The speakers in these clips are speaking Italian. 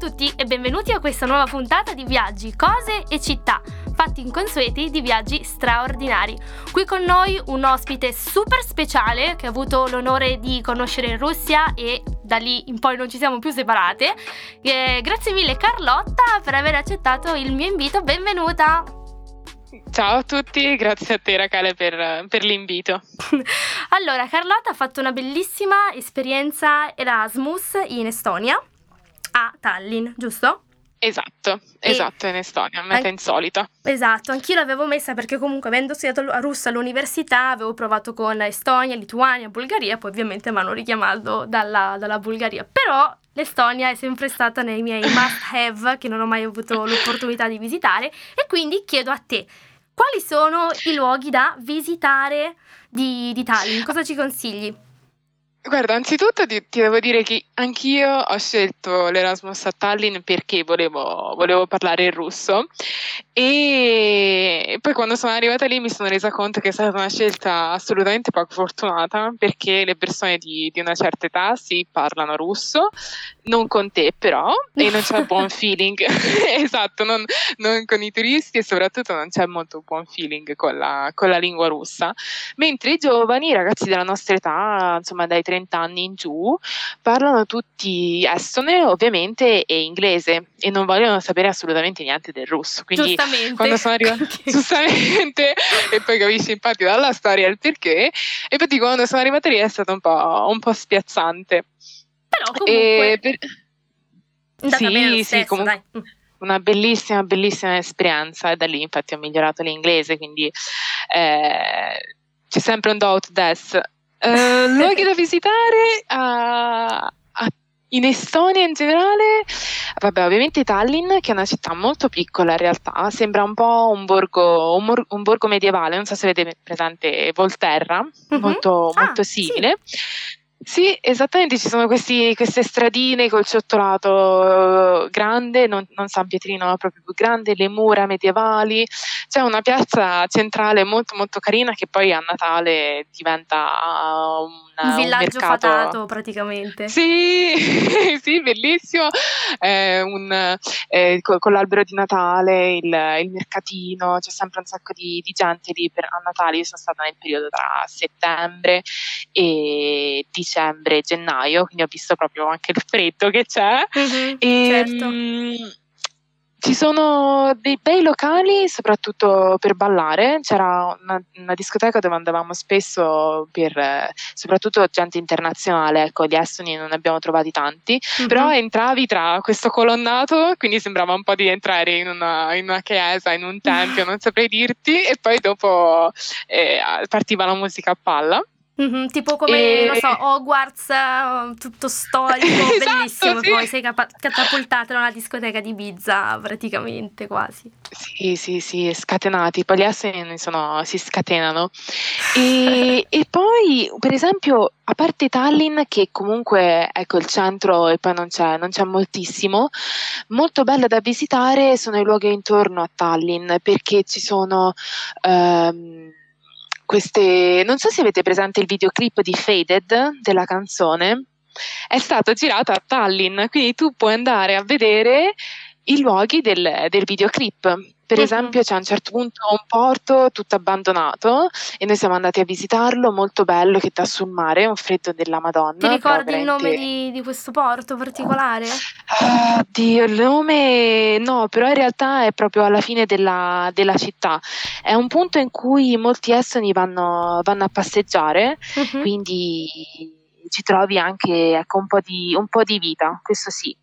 tutti e benvenuti a questa nuova puntata di Viaggi, Cose e Città, fatti inconsueti di viaggi straordinari. Qui con noi un ospite super speciale che ha avuto l'onore di conoscere in Russia e da lì in poi non ci siamo più separate. Grazie mille Carlotta per aver accettato il mio invito, benvenuta! Ciao a tutti, grazie a te Rachele per l'invito. Allora, Carlotta ha fatto una bellissima esperienza Erasmus in Estonia, a Tallinn, giusto? Esatto, in Estonia, meta insolita. Esatto, anch'io l'avevo messa perché comunque avendo studiato russo all'università avevo provato con Estonia, Lituania, Bulgaria, poi ovviamente mi hanno richiamato dalla Bulgaria, però l'Estonia è sempre stata nei miei must have che non ho mai avuto l'opportunità di visitare e quindi chiedo a te, quali sono i luoghi da visitare di Tallinn? Cosa ci consigli? Guarda, anzitutto ti devo dire che anch'io ho scelto l'Erasmus a Tallinn perché volevo parlare il russo e poi quando sono arrivata lì mi sono resa conto che è stata una scelta assolutamente poco fortunata perché le persone di una certa età si parlano russo, non con te però, e non c'è buon feeling, esatto, non con i turisti e soprattutto non c'è molto buon feeling con la lingua russa, mentre i giovani, i ragazzi della nostra età, insomma dai 30 anni in giù, parlano tutti estone ovviamente e inglese e non vogliono sapere assolutamente niente del russo, quindi quando sono arrivata giustamente e poi capisci infatti dalla storia il perché, e infatti quando sono arrivata lì è stato un po' spiazzante. Però comunque sì, comunque dai. Una bellissima esperienza e da lì infatti ho migliorato l'inglese, quindi c'è sempre un doubt des. Luoghi da visitare in Estonia in generale, vabbè, ovviamente Tallinn, che è una città molto piccola in realtà, sembra un po' un borgo medievale, non so se avete presente Volterra, molto simile. Sì, esattamente, ci sono queste stradine col ciottolato grande, non San Pietrino, ma proprio più grande, le mura medievali, c'è una piazza centrale molto molto carina che poi a Natale diventa un villaggio mercato fatato praticamente. Sì, sì, bellissimo, con l'albero di Natale, il mercatino, c'è sempre un sacco di gente lì a Natale. Io sono stata nel periodo tra settembre e dicembre e gennaio, quindi ho visto proprio anche il freddo che c'è. Certo. Ci sono dei bei locali, soprattutto per ballare. C'era una discoteca dove andavamo spesso soprattutto gente internazionale, ecco, gli estoni non ne abbiamo trovati tanti, però entravi tra questo colonnato, quindi sembrava un po' di entrare in una chiesa, in un tempio, non saprei dirti, e poi dopo partiva la musica a palla. Tipo come, non so, Hogwarts, tutto storico, Esatto, bellissimo, sì. poi sei catapultata nella discoteca di Ibiza praticamente quasi. Sì, scatenati, poi gli estoni si scatenano. E poi, per esempio, a parte Tallinn, che comunque ecco il centro e poi non c'è moltissimo, molto bello da visitare sono i luoghi intorno a Tallinn, perché ci sono non so se avete presente il videoclip di Faded della canzone, è stato girato a Tallinn, quindi tu puoi andare a vedere i luoghi del videoclip. Per esempio c'è a un certo punto un porto tutto abbandonato e noi siamo andati a visitarlo, molto bello, che dà sul mare, un freddo della Madonna. Ti ricordi il nome di questo porto particolare? Oddio, il nome no, però in realtà è proprio alla fine della città. È un punto in cui molti estoni vanno a passeggiare, quindi ci trovi anche ecco, un po' di vita, questo sì.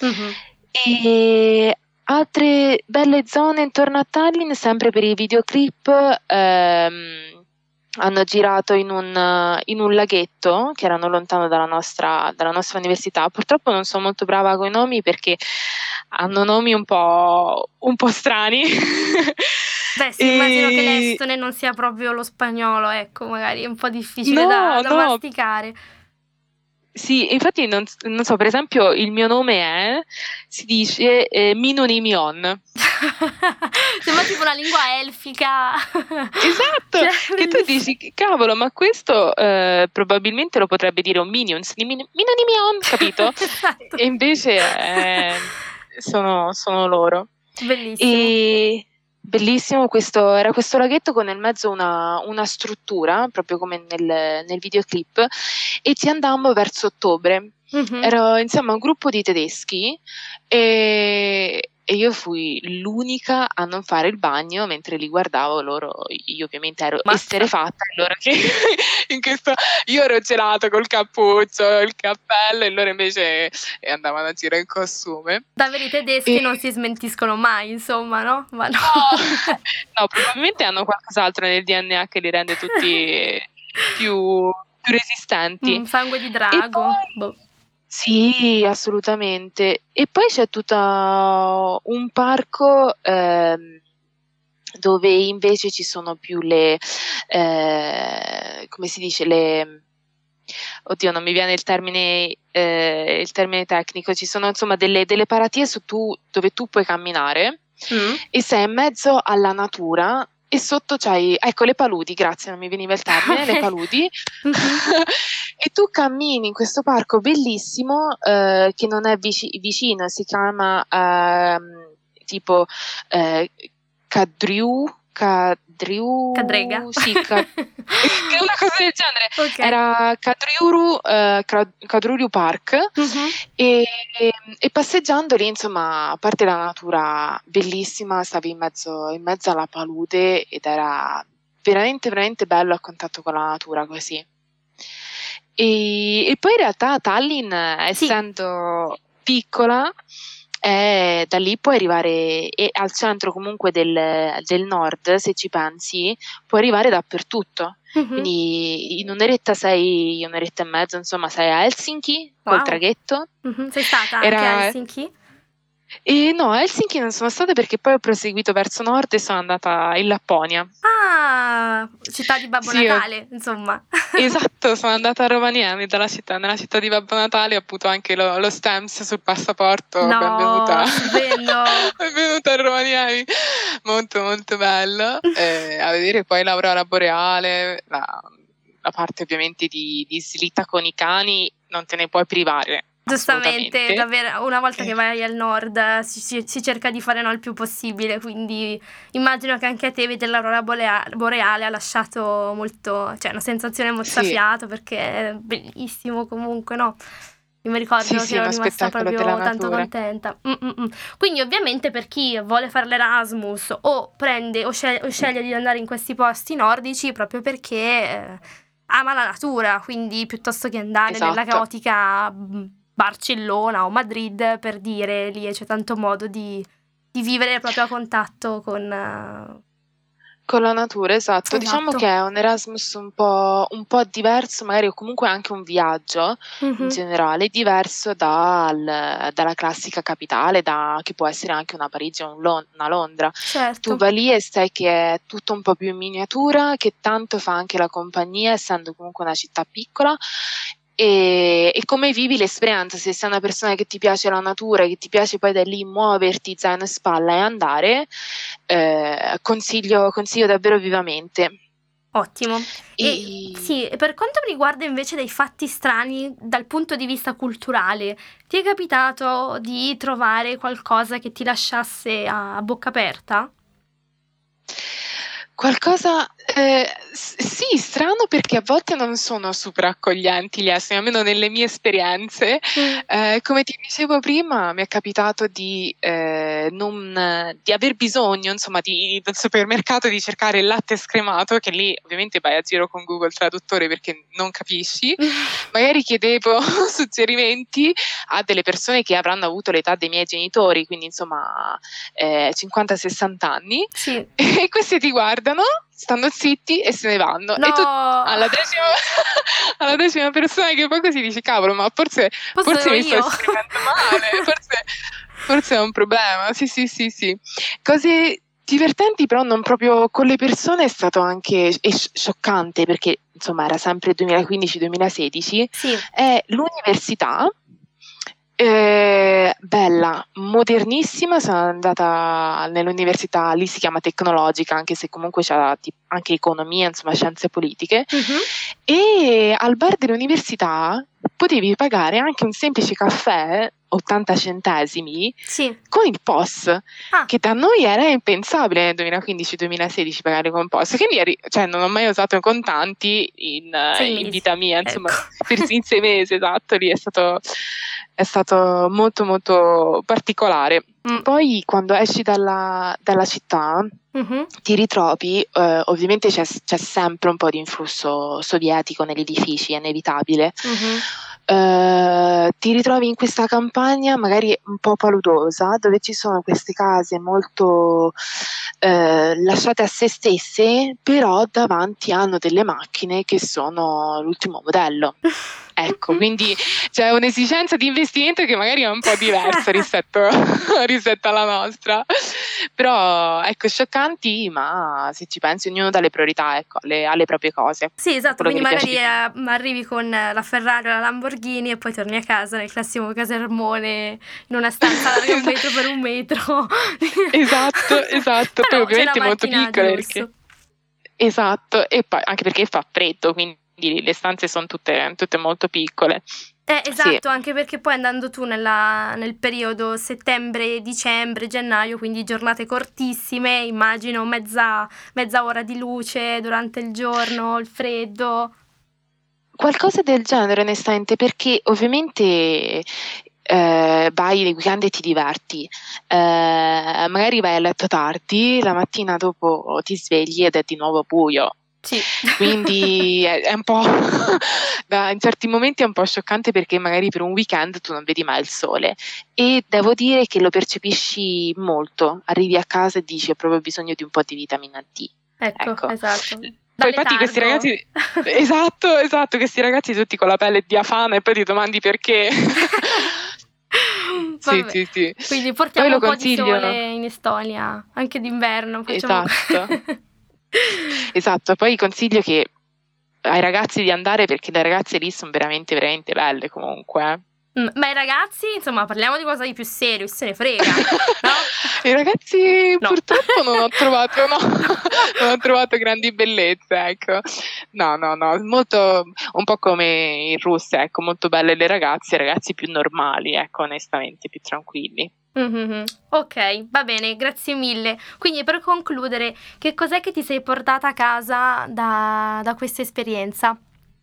E altre belle zone intorno a Tallinn, sempre per i videoclip, hanno girato in un laghetto che erano lontano dalla nostra università. Purtroppo non sono molto brava con i nomi perché hanno nomi un po' strani. Beh, sì, immagino che l'estone non sia proprio lo spagnolo, ecco, magari è un po' difficile da masticare. Sì, infatti non so, per esempio il mio nome si dice Minonimion. Sembra tipo una lingua elfica. Esatto, che tu dici, cavolo, ma questo probabilmente lo potrebbe dire un Minions, Minonimion, capito? Esatto. E invece sono loro. Bellissimo. E bellissimo, era questo laghetto con nel mezzo una struttura, proprio come nel videoclip, e ci andammo verso ottobre. Ero insieme a un gruppo di tedeschi e io fui l'unica a non fare il bagno mentre li guardavo. Io ovviamente ero esterrefatta, e loro che io ero gelato col cappuccio, il cappello, e loro invece andavano a giro in costume. Davvero i tedeschi non si smentiscono mai, insomma, no? Ma no. No, probabilmente hanno qualcos'altro nel DNA che li rende tutti più resistenti. Sangue di drago. Sì, assolutamente. E poi c'è tutto un parco dove invece ci sono più come si dice, oddio, non mi viene il termine tecnico. Ci sono insomma delle paratie dove tu puoi camminare e sei in mezzo alla natura. E sotto c'hai, ecco, le paludi, grazie, non mi veniva il termine, le paludi. E tu cammini in questo parco bellissimo che non è vicino, si chiama tipo Cadrega. Sì, una cosa del genere. Okay. Era Kadriuru Park. E passeggiando lì, insomma, a parte la natura bellissima, stavi in mezzo alla palude ed era veramente, veramente bello a contatto con la natura così. E poi in realtà Tallinn, essendo piccola, da lì puoi arrivare, e al centro comunque del nord, se ci pensi, puoi arrivare dappertutto. Quindi in un'oretta e mezza, insomma, sei a Helsinki col traghetto. Sei stata anche a Helsinki? No, a Helsinki non sono stata perché poi ho proseguito verso nord e sono andata in Lapponia. Ah, città di Babbo Natale, insomma. Esatto, sono andata a Rovaniemi nella città di Babbo Natale, ho avuto anche lo stamps sul passaporto. No, benvenuta. bello. Benvenuta a Rovaniemi, molto molto bello. A vedere poi l'aurora boreale, la parte ovviamente di slitta con i cani, non te ne puoi privare. Giustamente, davvero, una volta che vai al nord si cerca di fare il più possibile, quindi immagino che anche a te vedere l'aurora boreale ha lasciato molto, cioè una sensazione mozzafiato, perché è bellissimo comunque, no? Io mi ricordo che ero rimasta proprio tanto contenta. Quindi ovviamente per chi vuole fare l'Erasmus o prende o sceglie di andare in questi posti nordici, proprio perché ama la natura, quindi piuttosto che andare nella caotica Barcellona o Madrid, per dire, lì c'è tanto modo di vivere proprio a contatto con la natura, esatto. Diciamo che è un Erasmus un po' diverso, magari, o comunque anche un viaggio in generale diverso dalla classica capitale, che può essere anche una Parigi o una Londra. Certo. Tu vai lì e sai che è tutto un po' più in miniatura, che tanto fa anche la compagnia, essendo comunque una città piccola. E come vivi l'esperienza, se sei una persona che ti piace la natura, che ti piace poi da lì muoverti zaino in spalla e andare, consiglio davvero vivamente. Ottimo. Sì, per quanto mi riguarda invece dei fatti strani dal punto di vista culturale, ti è capitato di trovare qualcosa che ti lasciasse a bocca aperta? Qualcosa, sì, strano, perché a volte non sono super accoglienti gli esteri, almeno nelle mie esperienze. Come ti dicevo prima, mi è capitato di aver bisogno, insomma, del supermercato, di cercare il latte scremato, che lì ovviamente vai a giro con Google Traduttore perché non capisci. Magari chiedevo suggerimenti a delle persone che avranno avuto l'età dei miei genitori, quindi insomma 50-60 anni, e questi ti guardano, stanno zitti e se ne vanno. No. E tu alla decima persona che poi così dici: cavolo, ma forse mi sto esprimendo male, forse è un problema. Sì. Cose divertenti, però non proprio con le persone, è stato anche scioccante, perché insomma era sempre 2015-2016. È l'università. Bella, modernissima. Sono andata nell'università, lì si chiama tecnologica, anche se comunque c'è anche economia, insomma scienze politiche. E al bar dell'università potevi pagare anche un semplice caffè, 80 centesimi Sì. con il POS, Ah. che da noi era impensabile nel 2015-2016 pagare con POS, quindi non ho mai usato contanti in 6 mesi. vita mia, insomma, Ecco. in 6 mesi, esatto, lì è stato molto molto particolare. Poi quando esci dalla città ti ritrovi, ovviamente c'è sempre un po' di influsso sovietico negli edifici, è inevitabile. Ti ritrovi in questa campagna magari un po' paludosa, dove ci sono queste case molto lasciate a se stesse, però davanti hanno delle macchine che sono l'ultimo modello. Ecco, quindi c'è un'esigenza di investimento che magari è un po' diversa rispetto alla nostra. Però, ecco, scioccanti, ma se ci pensi ognuno dà le priorità, ecco, alle proprie cose. Sì, esatto, Quello quindi che mi piace magari arrivi con la Ferrari o la Lamborghini e poi torni a casa nel classico casermone in una stanza larga 1 metro per 1 metro. Esatto, poi Però ovviamente c'è una molto macchina di piccole lusso. esatto, e poi anche perché fa freddo, quindi le stanze sono tutte molto piccole. Esatto, Sì. anche perché poi andando tu nel periodo settembre, dicembre, gennaio, quindi giornate cortissime, immagino mezza ora di luce durante il giorno, il freddo. Qualcosa del genere, onestamente, perché ovviamente vai nei weekend e ti diverti, magari vai a letto tardi, la mattina dopo ti svegli ed è di nuovo buio. Sì. Quindi è un po' in certi momenti è un po' scioccante, perché magari per un weekend tu non vedi mai il sole, e devo dire che lo percepisci molto. Arrivi a casa e dici: ho proprio bisogno di un po' di vitamina D. Ecco. Esatto. Poi infatti questi ragazzi esatto, questi ragazzi tutti con la pelle diafana, e poi ti domandi perché. Vabbè. Sì. Quindi portiamo Poi lo un po' di consiglio. sole in Estonia, anche d'inverno facciamo. Esatto, poi consiglio che ai ragazzi di andare, perché le ragazze lì sono veramente veramente belle comunque. Ma i ragazzi, insomma, parliamo di qualcosa di più serio, se ne frega, no? I ragazzi No. purtroppo non ho trovato grandi bellezze, ecco. No, molto un po' come in Russia, ecco, molto belle le ragazze, i ragazzi più normali, ecco, onestamente, più tranquilli. Ok, va bene, grazie mille. Quindi per concludere, che cos'è che ti sei portata a casa da questa esperienza?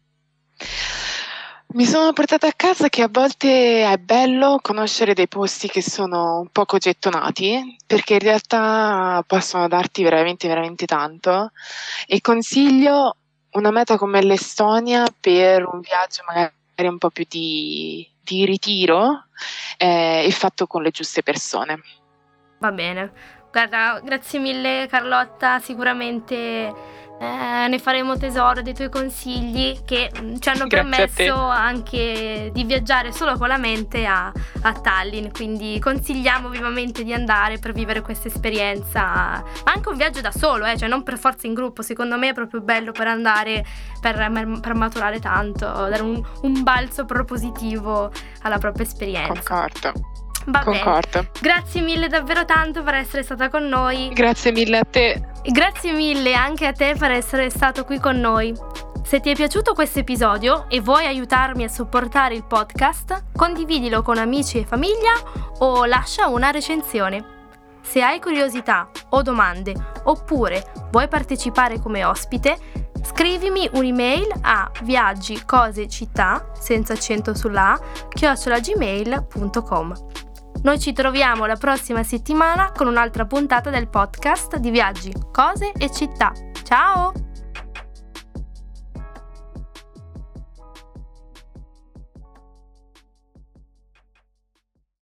Mi sono portata a casa che a volte è bello conoscere dei posti che sono un poco gettonati, perché in realtà possono darti veramente veramente tanto, e consiglio una meta come l'Estonia per un viaggio magari un po' più di ritiro, e fatto con le giuste persone. Va bene. Guarda, grazie mille Carlotta, sicuramente ne faremo tesoro dei tuoi consigli che ci hanno Grazie a te. permesso anche di viaggiare solo con la mente a Tallinn, quindi consigliamo vivamente di andare per vivere questa esperienza, ma anche un viaggio da solo, cioè non per forza in gruppo, secondo me è proprio bello per andare, per maturare tanto, dare un balzo propositivo alla propria esperienza. Concordo. Grazie mille davvero tanto per essere stata con noi. Grazie mille a te. Grazie mille anche a te per essere stato qui con noi. Se ti è piaciuto questo episodio e vuoi aiutarmi a supportare il podcast, condividilo con amici e famiglia o lascia una recensione. Se hai curiosità o domande oppure vuoi partecipare come ospite, scrivimi un'email a viaggicosecittà senza accento sulla @gmail.com. Noi ci troviamo la prossima settimana con un'altra puntata del podcast di Viaggi, Cose e Città. Ciao!